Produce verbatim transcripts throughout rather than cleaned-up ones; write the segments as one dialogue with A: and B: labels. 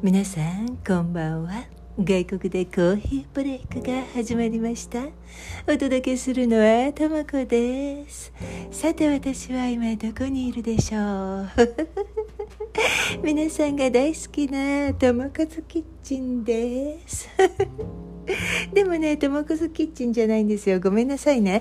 A: 皆さんこんばんは。外国でコーヒーブレイクが始まりました。お届けするのはともこです。さて私は今どこにいるでしょう皆さんが大好きなともこずキッチンですでもね、ともこずキッチンじゃないんですよ。ごめんなさいね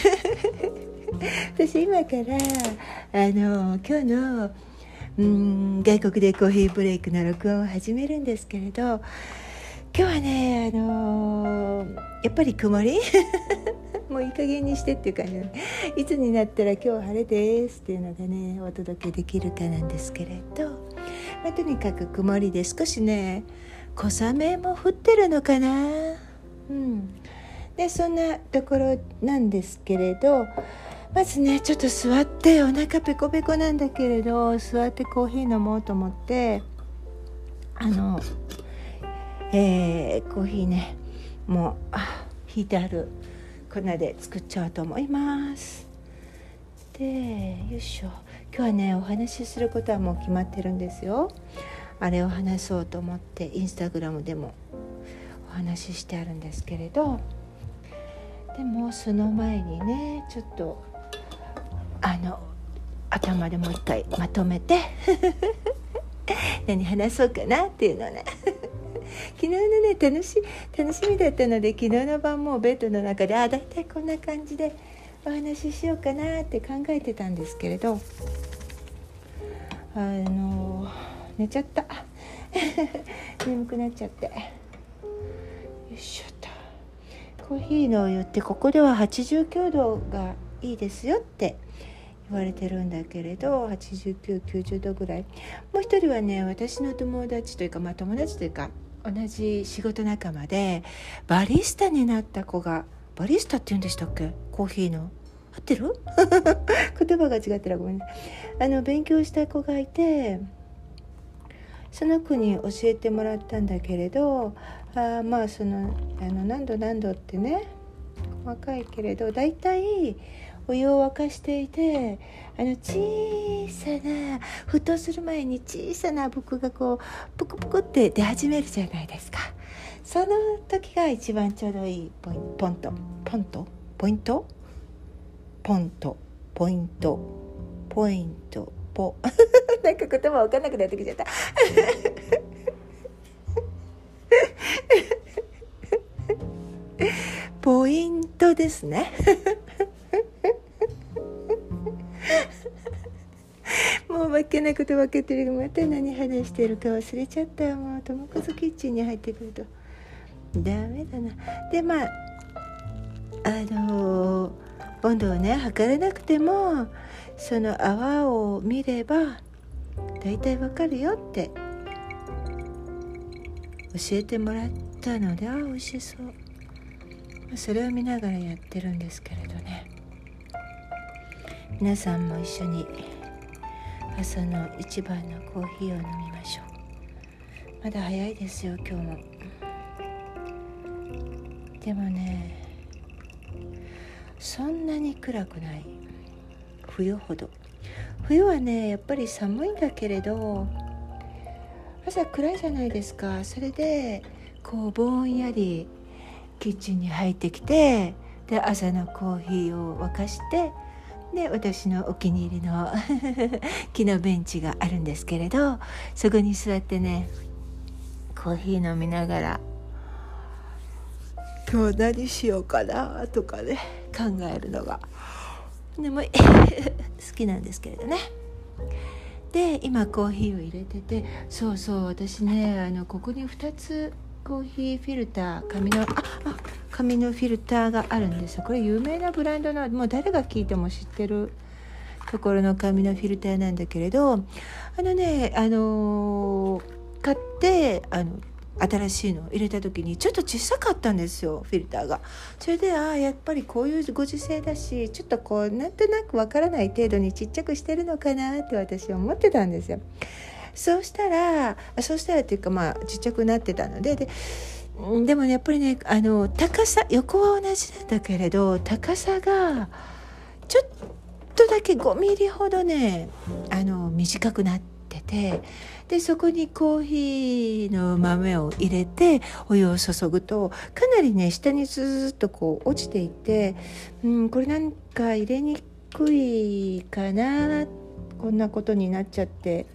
A: 私今からあの今日のうーん外国でコーヒーブレイクの録音を始めるんですけれど、今日はね、あのー、やっぱり曇りもういい加減にしてっていう感じで、いつになったら今日晴れですっていうのがねお届けできるかなんですけれど、まあ、とにかく曇りで少しね小雨も降ってるのかな、うん、でそんなところなんですけれど、まずねちょっと座ってお腹ペコペコなんだけれど座ってコーヒー飲もうと思ってあのえー、コーヒーねもうあひいてある粉で作っちゃおうと思います。でよいしょ、今日はねお話しすることはもう決まってるんですよ。あれを話そうと思ってインスタグラムでもお話ししてあるんですけれど、でもその前にねちょっとあの頭でもう一回まとめて何話そうかなっていうのね昨日のね楽し楽しみだったので、昨日の晩もうベッドの中であだいたいこんな感じでお話ししようかなって考えてたんですけれど、あの寝ちゃった眠くなっちゃって、よいしょと。コーヒーのお湯ってここでははちじゅうきゅうどがいいですよって言われてるんだけれど、はちじゅうきゅう、きゅうじゅうどぐらい。もう一人はね私の友達というか、まあ友達というか同じ仕事仲間でバリスタになった子が、バリスタって言うんでしたっけ、コーヒーの合ってる言葉が違ったらごめんね。あの勉強した子がいて、その子に教えてもらったんだけれど、あまあそのあの何度何度ってね細かいけれど、だいたいお湯を沸かしていて、あの小さな沸騰する前に小さな僕がこうプクプクって出始めるじゃないですか。その時が一番ちょうどいいポイント、ポントポントポイントポントポイントポイントポなんか言葉分かんなくなってきちゃったポイントですねもうわけないこと分けてる。また何話してるか忘れちゃった。もうともこずキッチンに入ってくるとダメだな。でまああのー、温度をね測らなくてもその泡を見ればだいたいわかるよって教えてもらったので、あ美味しそう。それを見ながらやってるんですけれどね、皆さんも一緒に朝の一番のコーヒーを飲みましょう。まだ早いですよ今日も。でもねそんなに暗くない、冬ほど。冬はねやっぱり寒いんだけれど朝暗いじゃないですか。それでこうぼんやりキッチンに入ってきて、で朝のコーヒーを沸かして、で私のお気に入りの木のベンチがあるんですけれど、そこに座ってねコーヒー飲みながら今日何しようかなとかね考えるのがでも好きなんですけれどね。で今コーヒーを入れてて、そうそう私ねあのここにふたつコーヒーフィルター、紙のああ紙のフィルターがあるんですよ。これ有名なブランドの、もう誰が聞いても知ってるところの紙のフィルターなんだけれど、あのねあのー、買ってあの新しいのを入れた時にちょっと小さかったんですよフィルターが。それでああやっぱりこういうご時世だし、ちょっとこうなんとなくわからない程度にちっちゃくしてるのかなって私は思ってたんですよ。そうしたらそうしたらっていうかまあちっちゃくなってたので、ででもねやっぱりねあの高さ、横は同じなんだけれど高さがちょっとだけごミリほどねあの短くなってってて、でそこにコーヒーの豆を入れてお湯を注ぐとかなりね下にずーっとこう落ちていって、うん、これなんか入れにくいかな、こんなことになっちゃって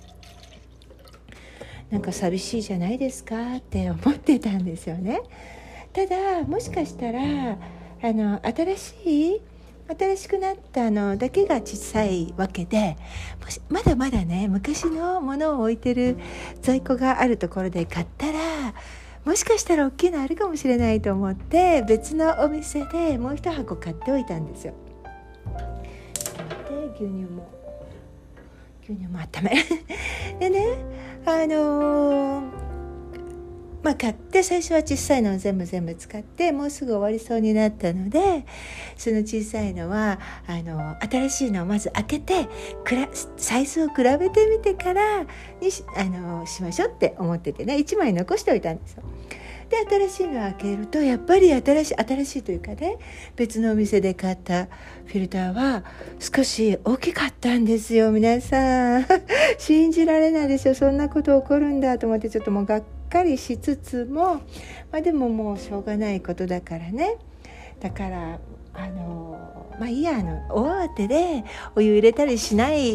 A: なんか寂しいじゃないですかって思ってたんですよね。ただもしかしたらあの新しい新しくなったのだけが小さいわけで、もしまだまだね昔のものを置いてる在庫があるところで買ったらもしかしたら大きいのあるかもしれないと思って別のお店でもう一箱買っておいたんですよ。で牛乳も牛乳も温めるでねあのーまあ、買って最初は小さいのを全部全部使ってもうすぐ終わりそうになったので、その小さいのはあの新しいのをまず開けてくらサイズを比べてみてからに し, あのしましょうって思っててね、いちまい残しておいたんですよ。で新しいのを開けるとやっぱり新しい新しいというかね、別のお店で買ったフィルターは少し大きかったんですよ。皆さん信じられないでしょ、そんなこと起こるんだと思ってちょっともうがっかりしつつも、まあ、でももうしょうがないことだからね、だからあのまあいいや、あの大慌てでお湯入れたりしない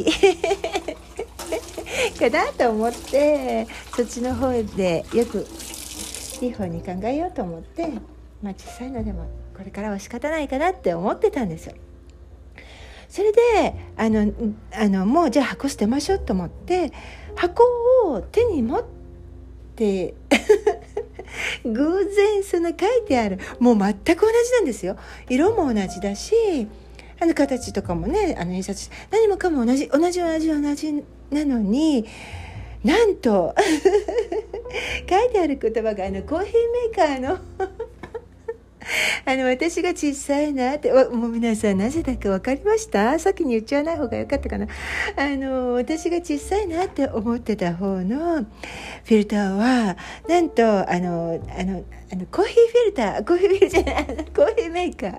A: かなと思ってそっちの方でよくいい方に考えようと思って、まあ、小さいのでもこれからは仕方ないかなって思ってたんですよ。それであのあのもうじゃあ箱捨てましょうと思って箱を手に持って偶然その書いてあるもう全く同じなんですよ。色も同じだしあの形とかもね、あの印刷何もかも同じ同じ同じ同じなのに、なんと書いてある言葉があのコーヒーメーカーのあの私が小さいなって、もう皆さんなぜだか分かりました？先に言っちゃわない方がよかったかな。あの私が小さいなって思ってた方のフィルターはなんとあのあのあのコーヒーフィルターコーヒーフィルターじゃないコーヒーメーカー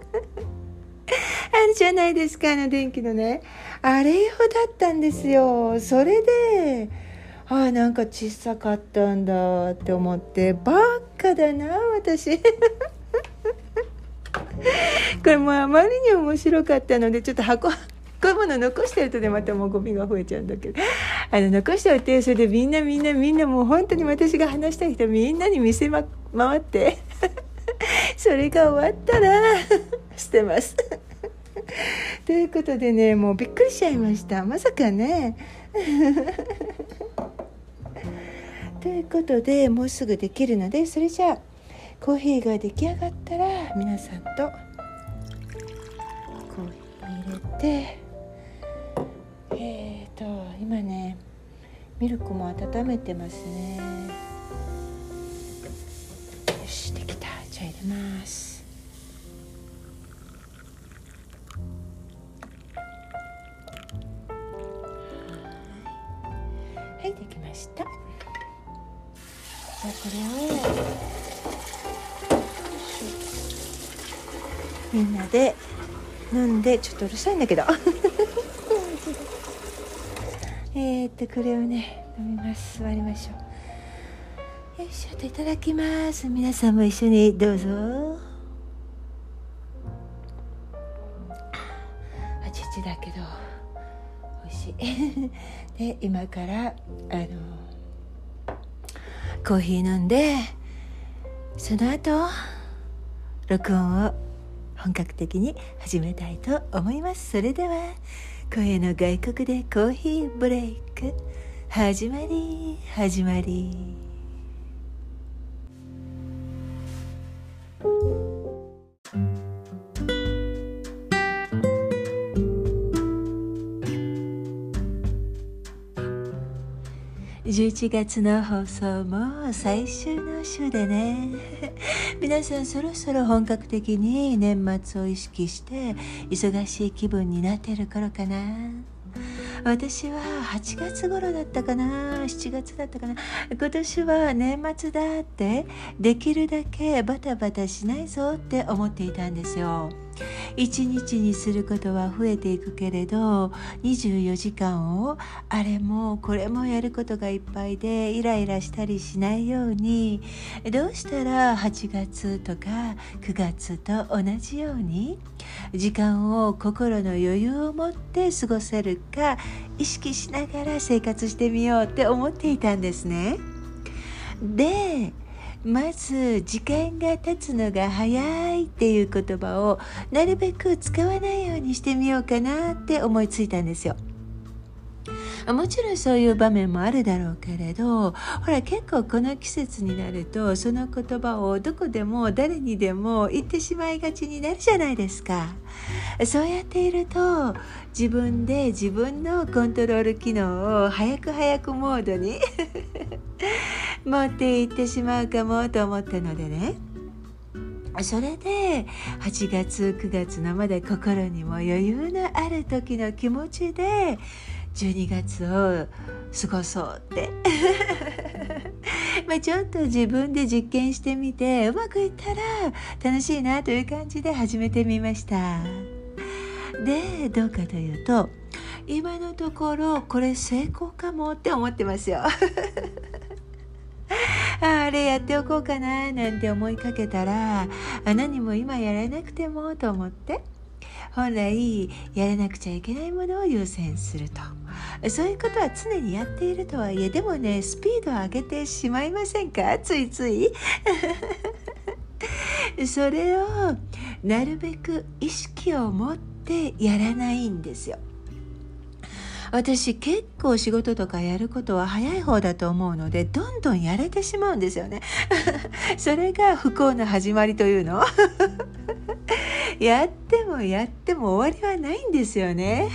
A: あるじゃないですか、あの電気のね、あれ用だったんですよ。それでああなんか小さかったんだって思って、バカだな私これもうあまりに面白かったのでちょっと箱こういうもの残してるとねまたもうゴミが増えちゃうんだけど、あの残しておいて、それでみんなみんなみんなもう本当に私が話したい人みんなに見せ、ま、回ってそれが終わったら捨てますということでね、もうびっくりしちゃいました。まさかねということでもうすぐできるので、それじゃあコーヒーが出来上がったら皆さんとコーヒー入れて、えーと今ねミルクも温めてますね。よしできた。じゃあ入れます。はいできました。じゃあこれをみんなで飲んで、ちょっとうるさいんだけどえっとこれをね飲みます。割りましょう。よいしょと、いただきます。皆さんも一緒にどうぞ。あちちだけど美味しいで今からあのコーヒー飲んで、その後録音を本格的に始めたいと思います。それでは今夜の外国でコーヒーブレイク始まり始まり。じゅういちがつの放送も最終の週でね皆さんそろそろ本格的に年末を意識して忙しい気分になっている頃かな。私ははちがつ頃だったかな、しちがつだったかな、今年は年末だってできるだけバタバタしないぞって思っていたんですよ。 一日にすることは増えていくけれど、にじゅうよじかんをあれもこれもやることがいっぱいでイライラしたりしないように、どうしたらはちがつとかくがつと同じように時間を心の余裕を持って過ごせるか意識しながら生活してみようって思っていたんですね。で、まず時間が経つのが早いっていう言葉をなるべく使わないようにしてみようかなって思いついたんですよ。もちろんそういう場面もあるだろうけれど、ほら結構この季節になるとその言葉をどこでも誰にでも言ってしまいがちになるじゃないですか。そうやっていると自分で自分のコントロール機能を早く早くモードに持っていってしまうかもと思ったのでね、それではちがつくがつのまだ心にも余裕のある時の気持ちでじゅうにがつを過ごそうってまあちょっと自分で実験してみて、うまくいったら楽しいなという感じで始めてみました。で、どうかというと今のところこれ成功かもって思ってますよあれやっておこうかななんて思いかけたら、何も今やらなくてもと思って本来やらなくちゃいけないものを優先すると、そういうことは常にやっているとはいえ、でもねスピードを上げてしまいませんか、ついついそれをなるべく意識を持ってやらないんですよ。私結構仕事とかやることは早い方だと思うので、どんどんやれてしまうんですよねそれが不幸の始まりというのやってもやっても終わりはないんですよね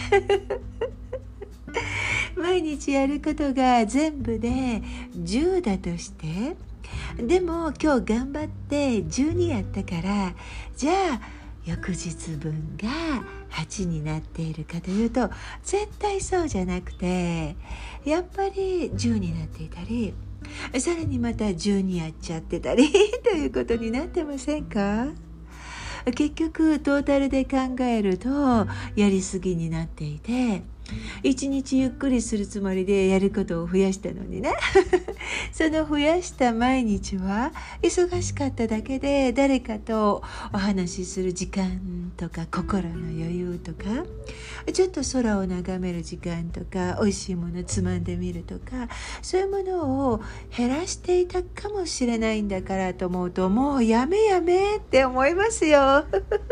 A: 毎日やることが全部でじゅうだとして、でも今日頑張ってじゅうにやったから、じゃあ翌日分がはちになっているかというと絶対そうじゃなくて、やっぱりじゅうになっていたり、さらにまたじゅうにやっちゃってたりということになってませんか。結局トータルで考えるとやりすぎになっていて、一日ゆっくりするつもりでやることを増やしたのにねその増やした毎日は忙しかっただけで、誰かとお話しする時間とか心の余裕とか、ちょっと空を眺める時間とか、美味しいものつまんでみるとか、そういうものを減らしていたかもしれないんだからと思うと、もうやめやめって思いますよ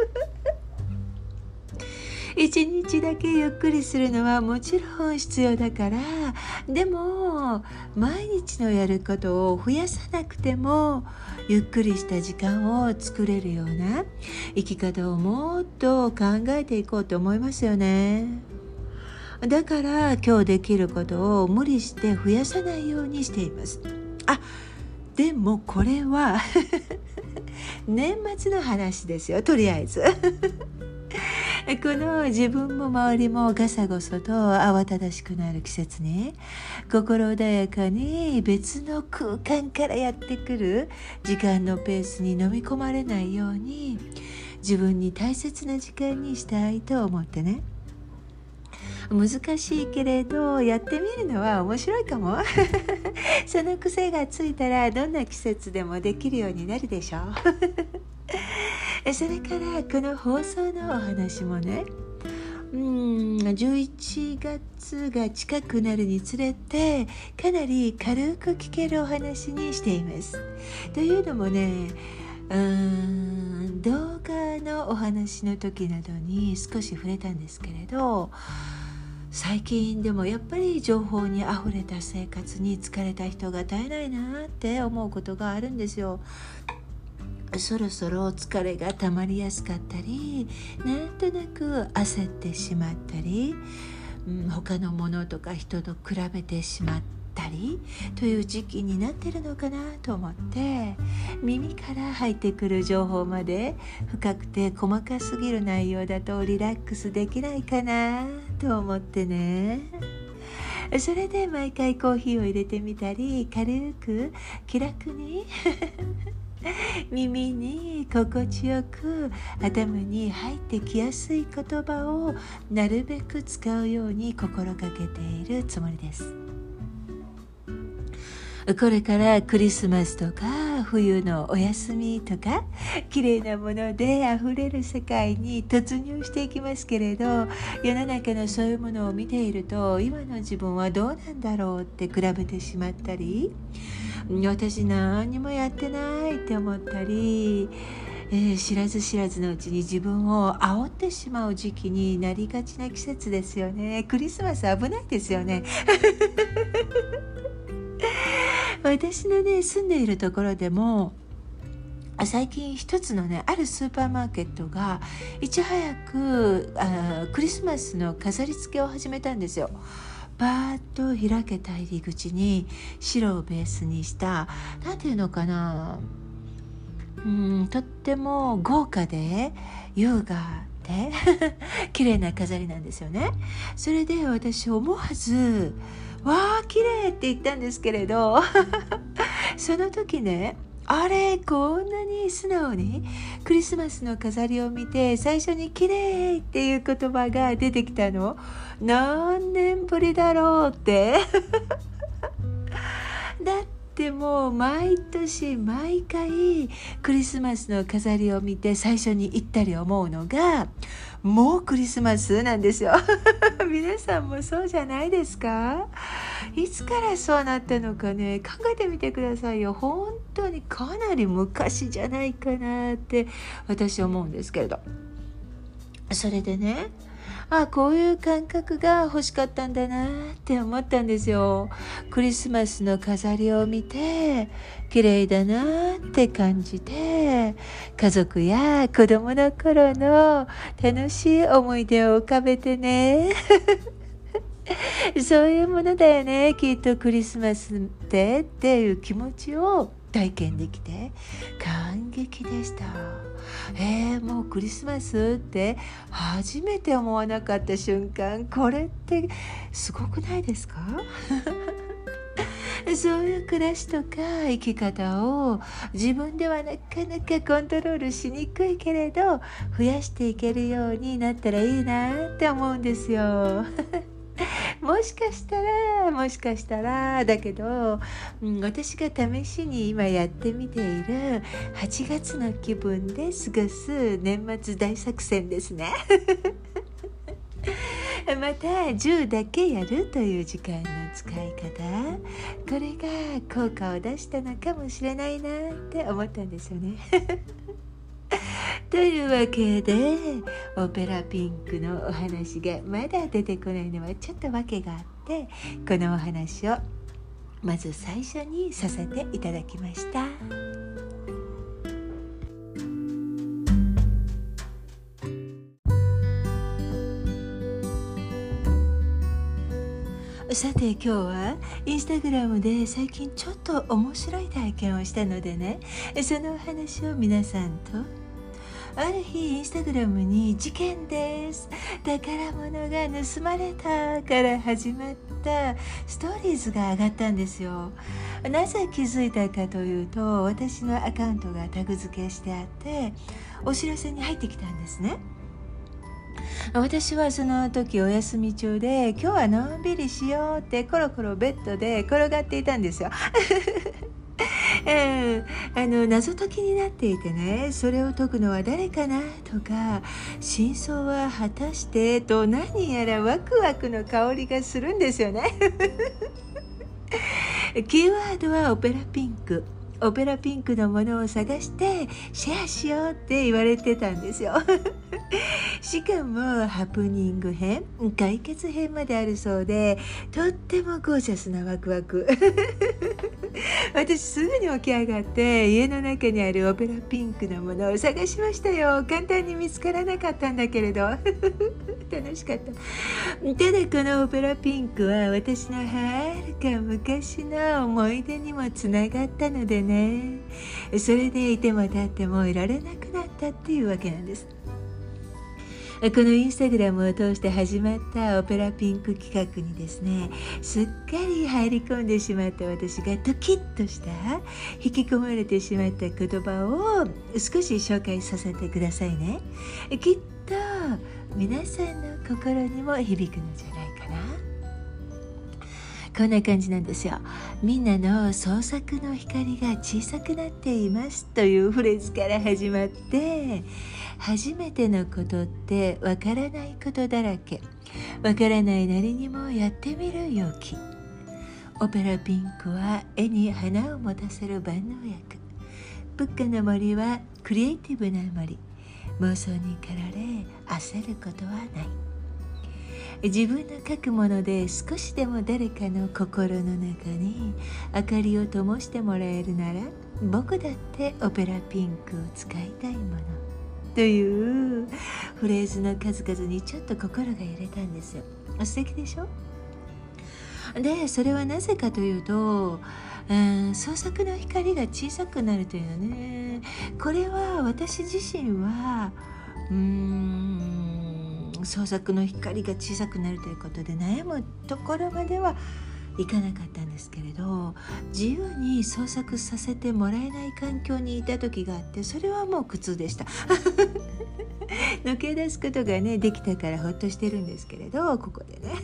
A: 一日だけゆっくりするのはもちろん必要だから、でも毎日のやることを増やさなくてもゆっくりした時間を作れるような生き方をもっと考えていこうと思いますよね。だから今日できることを無理して増やさないようにしています。あ、でもこれは年末の話ですよ、とりあえずこの自分も周りもガサゴソと慌ただしくなる季節に、心穏やかに別の空間からやってくる時間のペースに飲み込まれないように、自分に大切な時間にしたいと思ってね。難しいけれどやってみるのは面白いかもその癖がついたらどんな季節でもできるようになるでしょそれからこの放送のお話もね、うんじゅういちがつが近くなるにつれてかなり軽く聞けるお話にしています。というのもね、うーん動画のお話の時などに少し触れたんですけれど、最近でもやっぱり情報にあふれた生活に疲れた人が絶えないなって思うことがあるんですよ。そろそろ疲れがたまりやすかったり、なんとなく焦ってしまったり、うん、他のものとか人と比べてしまったりという時期になってるのかなと思って、耳から入ってくる情報まで深くて細かすぎる内容だとリラックスできないかなと思ってね。それで毎回コーヒーを入れてみたり、軽く気楽に耳に心地よく頭に入ってきやすい言葉をなるべく使うように心がけているつもりです。これからクリスマスとか冬のお休みとか綺麗なものであふれる世界に突入していきますけれど、世の中のそういうものを見ていると今の自分はどうなんだろうって比べてしまったり、私何にもやってないって思ったり、えー、知らず知らずのうちに自分を煽ってしまう時期になりがちな季節ですよね。クリスマス危ないですよね。私のね住んでいるところでも最近一つのねあるスーパーマーケットがいち早くあクリスマスの飾り付けを始めたんですよ。バーッと開けた入り口に白をベースにしたなんていうのかな、うんとっても豪華で優雅で綺麗な飾りなんですよね。それで私思わずわー綺麗って言ったんですけれどその時ね、あれこんなに素直にクリスマスの飾りを見て最初に綺麗っていう言葉が出てきたの何年ぶりだろうってだってもう毎年毎回クリスマスの飾りを見て最初に言ったり思うのがもうクリスマスなんですよ皆さんもそうじゃないですか？いつからそうなったのかね、考えてみてくださいよ。本当にかなり昔じゃないかなって私思うんですけれど、それでね、あこういう感覚が欲しかったんだなって思ったんですよ。クリスマスの飾りを見て綺麗だなって感じて、家族や子供の頃の楽しい思い出を浮かべてねそういうものだよねきっとクリスマスってっていう気持ちを体験できて感激でした。えー、もうクリスマスって初めて思わなかった瞬間、これってすごくないですか？そういう暮らしとか生き方を自分ではなかなかコントロールしにくいけれど増やしていけるようになったらいいなって思うんですよもしかしたらもしかしたらだけど、うん、私が試しに今やってみているはちがつの気分で過ごす年末大作戦ですねまたじゅうだけやるという時間の使い方、これが効果を出したのかもしれないなって思ったんですよねというわけでオペラピンクのお話がまだ出てこないのはちょっと訳があって、このお話をまず最初にさせていただきました。さて今日はインスタグラムで最近ちょっと面白い体験をしたのでね、そのお話を皆さんと。ある日インスタグラムに事件です宝物が盗まれたから始まったストーリーズが上がったんですよ。なぜ気づいたかというと、私のアカウントがタグ付けしてあってお知らせに入ってきたんですね。私はその時お休み中で今日はのんびりしようってコロコロベッドで転がっていたんですようん、あの謎解きになっていてね、それを解くのは誰かなとか真相は果たしてと何やらワクワクの香りがするんですよねキーワードはオペラピンク。オペラピンクのものを探してシェアしようって言われてたんですよしかもハプニング編、解決編まであるそうで、とってもゴージャスなワクワク私すぐに起き上がって家の中にあるオペラピンクのものを探しましたよ。簡単に見つからなかったんだけれど楽しかった。ただこのオペラピンクは私のはるか昔の思い出にもつながったのでね、それでいても立ってもいられなくなったっていうわけなんです。 このインスタグラムを通して始まったオペラピンク企画にですね、すっかり入り込んでしまった私がドキッとした引き込まれてしまった言葉を少し紹介させてくださいね。きっと皆さんの心にも響くのじゃないかな。こんな感じなんですよ。みんなの創作の光が小さくなっていますというフレーズから始まって、初めてのことってわからないことだらけ、わからないなりにもやってみる勇気。オペラピンクは絵に花を持たせる万能薬。プッカの森はクリエイティブな森。妄想に駆られ焦ることはない。自分の書くもので少しでも誰かの心の中に明かりを灯してもらえるなら、僕だってオペラピンクを使いたいものというフレーズの数々にちょっと心が揺れたんですよ。素敵でしょ。でそれはなぜかというと、うん、創作の光が小さくなるというのね、これは私自身はうーん創作の光が小さくなるということで悩むところまではいかなかったんですけれど、自由に創作させてもらえない環境にいた時があって、それはもう苦痛でした抜け出すことがねできたからほっとしてるんですけれど、ここでね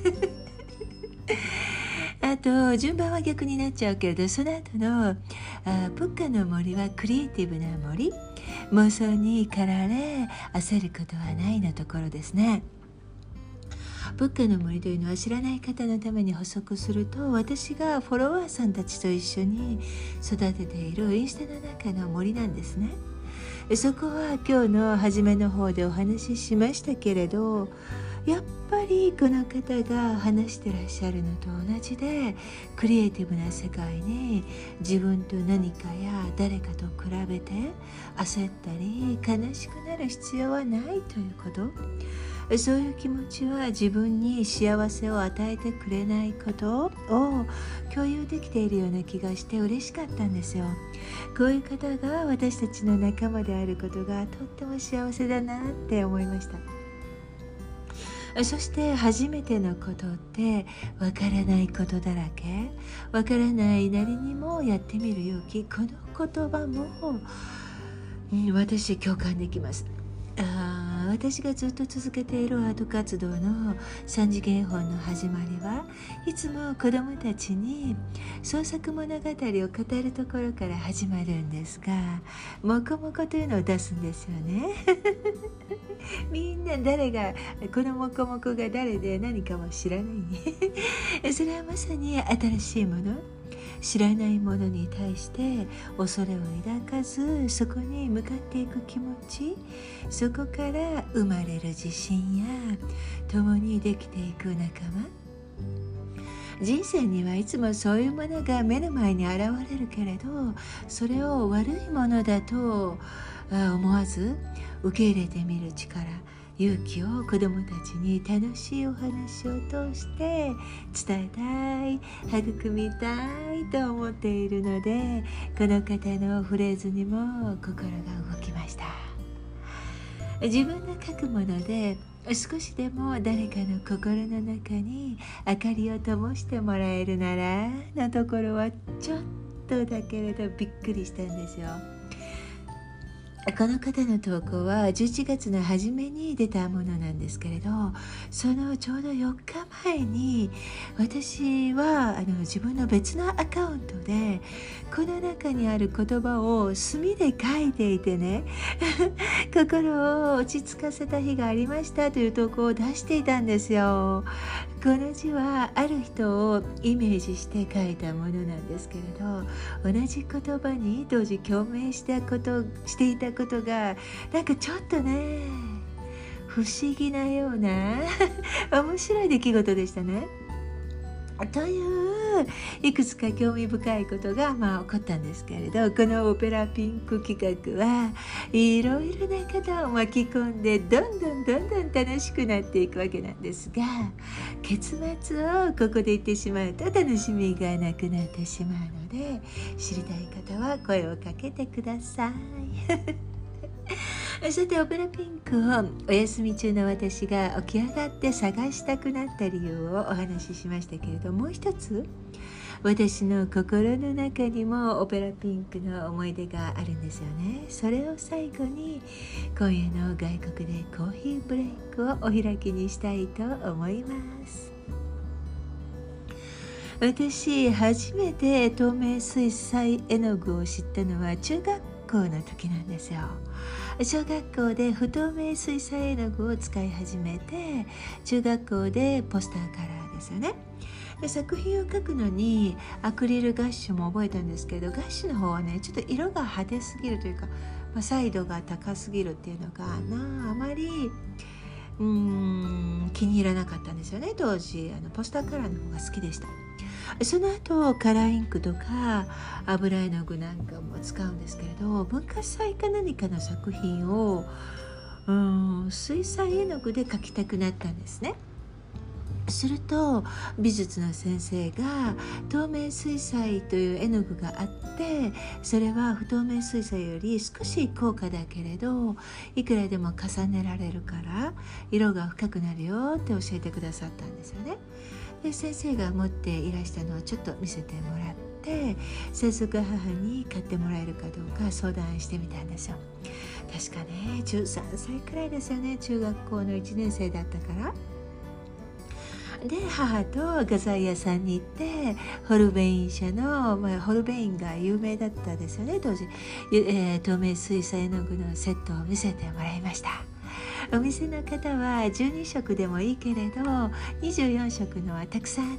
A: あと順番は逆になっちゃうけれど、その後のあプッカの森はクリエイティブな森、妄想に駆られ焦ることはないのところですね。プッカの森というのは知らない方のために補足すると、私がフォロワーさんたちと一緒に育てているインスタの中の森なんですね。そこは今日の初めの方でお話ししましたけれど、やっぱりこの方が話してらっしゃるのと同じで、クリエイティブな世界に自分と何かや誰かと比べて焦ったり悲しくなる必要はないということ。そういう気持ちは自分に幸せを与えてくれないことを共有できているような気がして嬉しかったんですよ。こういう方が私たちの仲間であることがとっても幸せだなって思いました。そして初めてのことってわからないことだらけ、わからないなりにもやってみる勇気、この言葉も、うん、私共感できます。あ私がずっと続けているアート活動の三次元本の始まりはいつも子どもたちに創作物語を語るところから始まるんですが、もこもこというのを出すんですよねみんな誰がこのもこもこが誰で何かも知らないそれはまさに新しいもの、知らないものに対して恐れを抱かず、そこに向かっていく気持ち、そこから生まれる自信や共にできていく仲間。人生にはいつもそういうものが目の前に現れるけれど、それを悪いものだと思わず受け入れてみる力、勇気を子どもたちに楽しいお話を通して伝えたい、育みたいと思っているので、この方のフレーズにも心が動きました。自分の書くもので少しでも誰かの心の中に明かりを灯してもらえるならのところはちょっとだけれどびっくりしたんですよ。この方の投稿はじゅういちがつの初めに出たものなんですけれど、そのちょうどよっかまえに私はあの自分の別のアカウントでこの中にある言葉を墨で書いていてね心を落ち着かせた日がありましたという投稿を出していたんですよ。この字はある人をイメージして書いたものなんですけれど、同じ言葉に当時共鳴したことしていたことがなんかちょっとね不思議なような面白い出来事でしたね。といういくつか興味深いことがまあ起こったんですけれど、このオペラピンク企画はいろいろな方を巻き込んでどんどんどんどん楽しくなっていくわけなんですが、結末をここで言ってしまうと楽しみがなくなってしまうので、知りたい方は声をかけてくださいさてオペラピンクをお休み中の私が起き上がって探したくなった理由をお話ししましたけれど、もう一つ私の心の中にもオペラピンクの思い出があるんですよね。それを最後に今夜の外国でコーヒーブレイクをお開きにしたいと思います。私初めて透明水彩絵の具を知ったのは中学校の時なんですよ。小学校で不透明水彩絵の具を使い始めて、中学校でポスターカラーですよね。で作品を描くのにアクリルガッシュも覚えたんですけど、ガッシュの方はねちょっと色が派手すぎるというか、まあ、彩度が高すぎるっていうのかな、あまりうーん気に入らなかったんですよね。当時あのポスターカラーの方が好きでした。その後カラーインクとか油絵の具なんかも使うんですけれど、文化祭か何かの作品をうーん水彩絵の具で描きたくなったんですね。すると美術の先生が透明水彩という絵の具があって、それは不透明水彩より少し高価だけれどいくらでも重ねられるから色が深くなるよって教えてくださったんですよね。で先生が持っていらしたのをちょっと見せてもらって、早速母に買ってもらえるかどうか相談してみたんですよ。確かねじゅうさんさいくらいですよね。中学校のいちねん生だったから。で母と画材屋さんに行ってホルベイン社の、まあ、ホルベインが有名だったですよね当時、えー、透明水彩絵の具のセットを見せてもらいました。お店の方はじゅうにしょくでもいいけれどにじゅうよんしょくのはたくさんあって、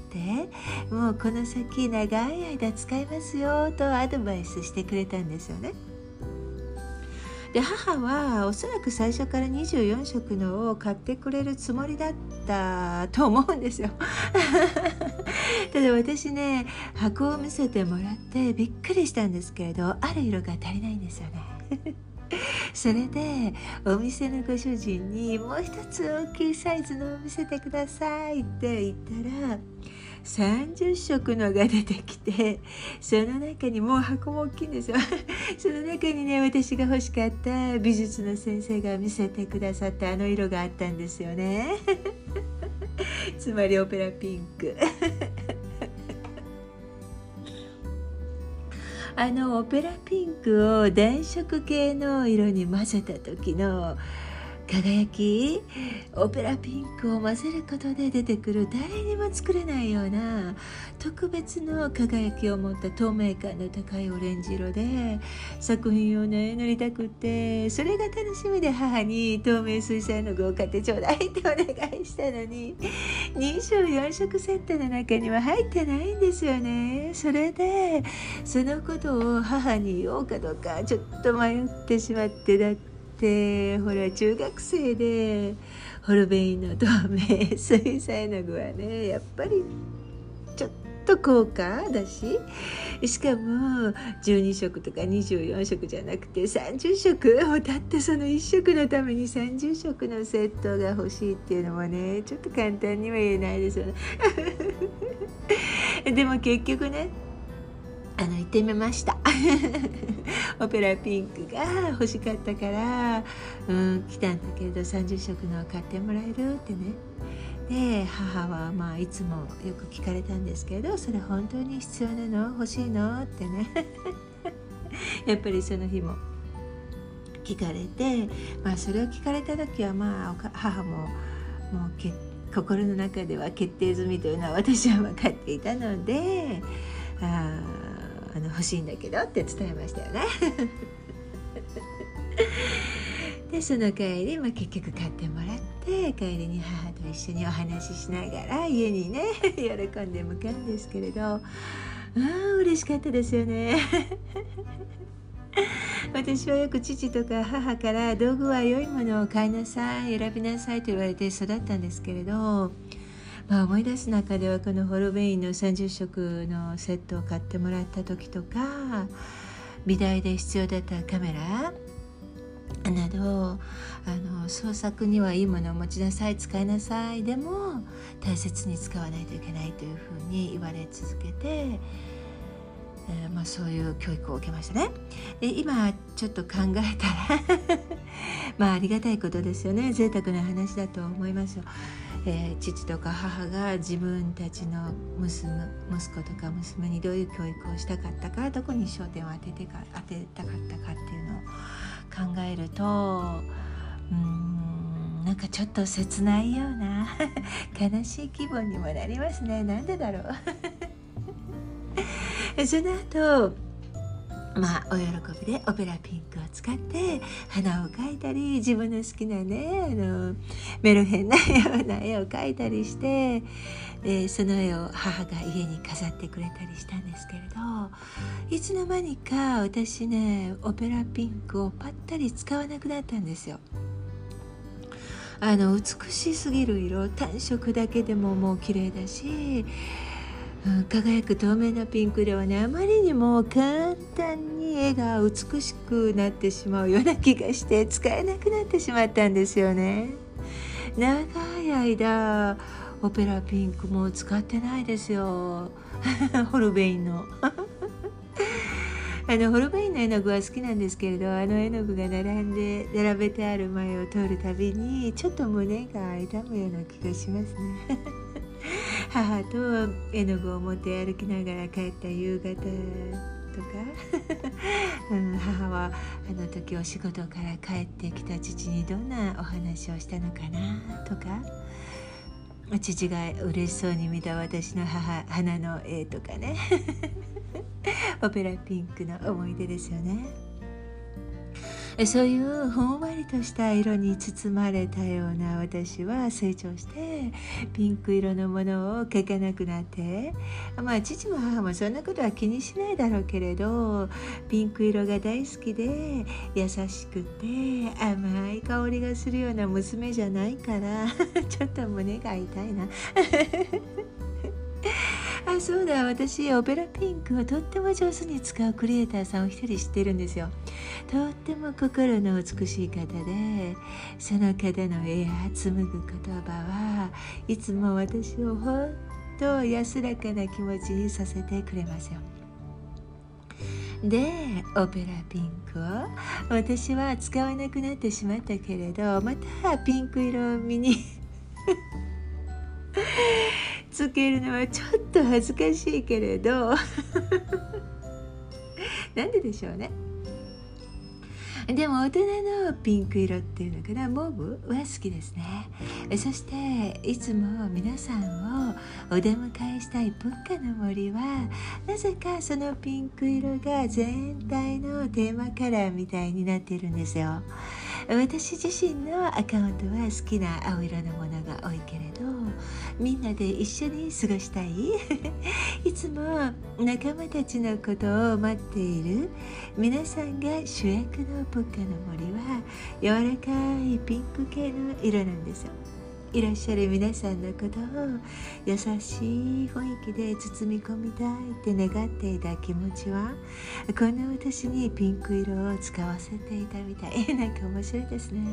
A: もうこの先長い間使えますよとアドバイスしてくれたんですよね。で母はおそらく最初からにじゅうよんしょくのを買ってくれるつもりだったと思うんですよただ私ね箱を見せてもらってびっくりしたんですけれど、ある色が足りないんですよねそれでお店のご主人にもう一つ大きいサイズのを見せてくださいって言ったらさんじゅっしょくのが出てきて、その中にもう箱も大きいんですよその中にね私が欲しかった美術の先生が見せてくださったあの色があったんですよねつまりオペラピンクあのオペラピンクを暖色系の色に混ぜた時の輝き、オペラピンクを混ぜることで出てくる誰にも作れないような特別の輝きを持った透明感の高いオレンジ色で作品をね塗りたくって、それが楽しみで母に透明水彩の具を買ってちょうだいってお願いしたのににじゅうよんしょくセットの中には入ってないんですよね。それでそのことを母に言おうかどうかちょっと迷ってしまって、だってでほら中学生でホルベインの透明水彩絵の具はねやっぱりちょっと高価だし、しかもじゅうにしょくとかにじゅうよんしょくじゃなくてさんじゅっしょく、だってそのいっしょくのためにさんじゅっしょくのセットが欲しいっていうのもねちょっと簡単には言えないですよねでも結局ねあの行ってみましたオペラピンクが欲しかったから、うん、来たんだけどさんじゅっしょくのを買ってもらえるってね。で母はまあいつもよく聞かれたんですけど、それ本当に必要なの欲しいのってねやっぱりその日も聞かれて、まあそれを聞かれた時はまあ母ももうけ心の中では決定済みというのは私は分かっていたので、ああの欲しいんだけどって伝えましたよねでその帰り、まあ、結局買ってもらって帰りに母と一緒にお話ししながら家にね喜んで向かうんですけれど、ああ嬉しかったですよね私はよく父とか母から道具は良いものを買いなさい選びなさいと言われて育ったんですけれど、まあ、思い出す中ではこのホルベインのさんじゅっしょくのセットを買ってもらった時とか、美大で必要だったカメラなどあの創作にはいいものを持ちなさい使いなさいでも大切に使わないといけないというふうに言われ続けて、 えーまあ、そういう教育を受けましたね。で今ちょっと考えたらまあありがたいことですよね。贅沢な話だと思いますよ。えー、父とか母が自分たちの娘息子とか娘にどういう教育をしたかったか、どこに焦点を当ててか当てたかったかっていうのを考えると、うーんなんかちょっと切ないような悲しい気分にもなりますね。なんでだろうその後まあお喜びでオペラピンクを使って花を描いたり、自分の好きなねあのメルヘンなような絵を描いたりして、でその絵を母が家に飾ってくれたりしたんですけれど、いつの間にか私ねオペラピンクをぱったり使わなくなったんですよ。あの美しすぎる色、単色だけでももう綺麗だし、うん、輝く透明なピンク色はねあまりにも簡単に絵が美しくなってしまうような気がして使えなくなってしまったんですよね。長い間オペラピンクも使ってないですよホルベインのあのホルベインの絵の具は好きなんですけれど、あの絵の具が並んで並べてある前を通るたびにちょっと胸が痛むような気がしますね母と絵の具を持って歩きながら帰った夕方とか、うん、母はあの時お仕事から帰ってきた父にどんなお話をしたのかなとか、父が嬉しそうに見た私の母花の絵とかねオペラピンクの思い出ですよね。そういうふんわりとした色に包まれたような私は成長してピンク色のものを描かなくなって、まあ父も母もそんなことは気にしないだろうけれど、ピンク色が大好きで優しくて甘い香りがするような娘じゃないからちょっと胸が痛いなあ、そうだ、私オペラピンクをとっても上手に使うクリエイターさんを一人知ってるんですよ。とっても心の美しい方で、その方の絵や紡ぐ言葉はいつも私をほんと安らかな気持ちにさせてくれますよ。でオペラピンクを私は使わなくなってしまったけれど、またピンク色を身につけるのはちょっと恥ずかしいけれどなんででしょうね。でも大人のピンク色っていうのかな、モーブは好きですね。そしていつも皆さんをお出迎えしたい文化の森はなぜかそのピンク色が全体のテーマカラーみたいになっているんですよ。私自身のアカウントは好きな青色のものが多いけれど、みんなで一緒に過ごしたいいつも仲間たちのことを待っている皆さんが主役の文化の森は柔らかいピンク系の色なんですよ。いらっしゃる皆さんのことを優しい雰囲気で包み込みたいって願っていた気持ちはこんな私にピンク色を使わせていたみたいなんか面白いですね。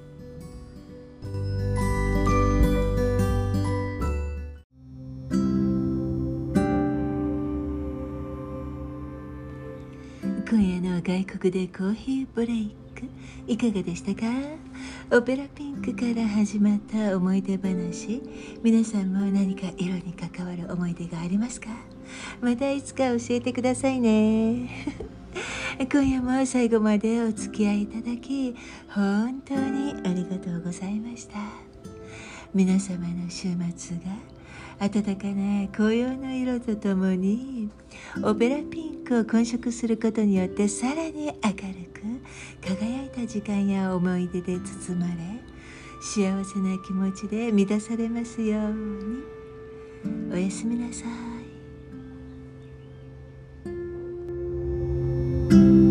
A: 今夜の外国でコーヒーブレイクいかがでしたか？オペラピンクから始まった思い出話、皆さんも何か色に関わる思い出がありますか？またいつか教えてくださいね今夜も最後までお付き合いいただき本当にありがとうございました。皆様の週末が暖かな紅葉の色とともにオペラピンクを混色することによってさらに明るく輝いた時間や思い出で包まれ、幸せな気持ちで満たされますように。おやすみなさい。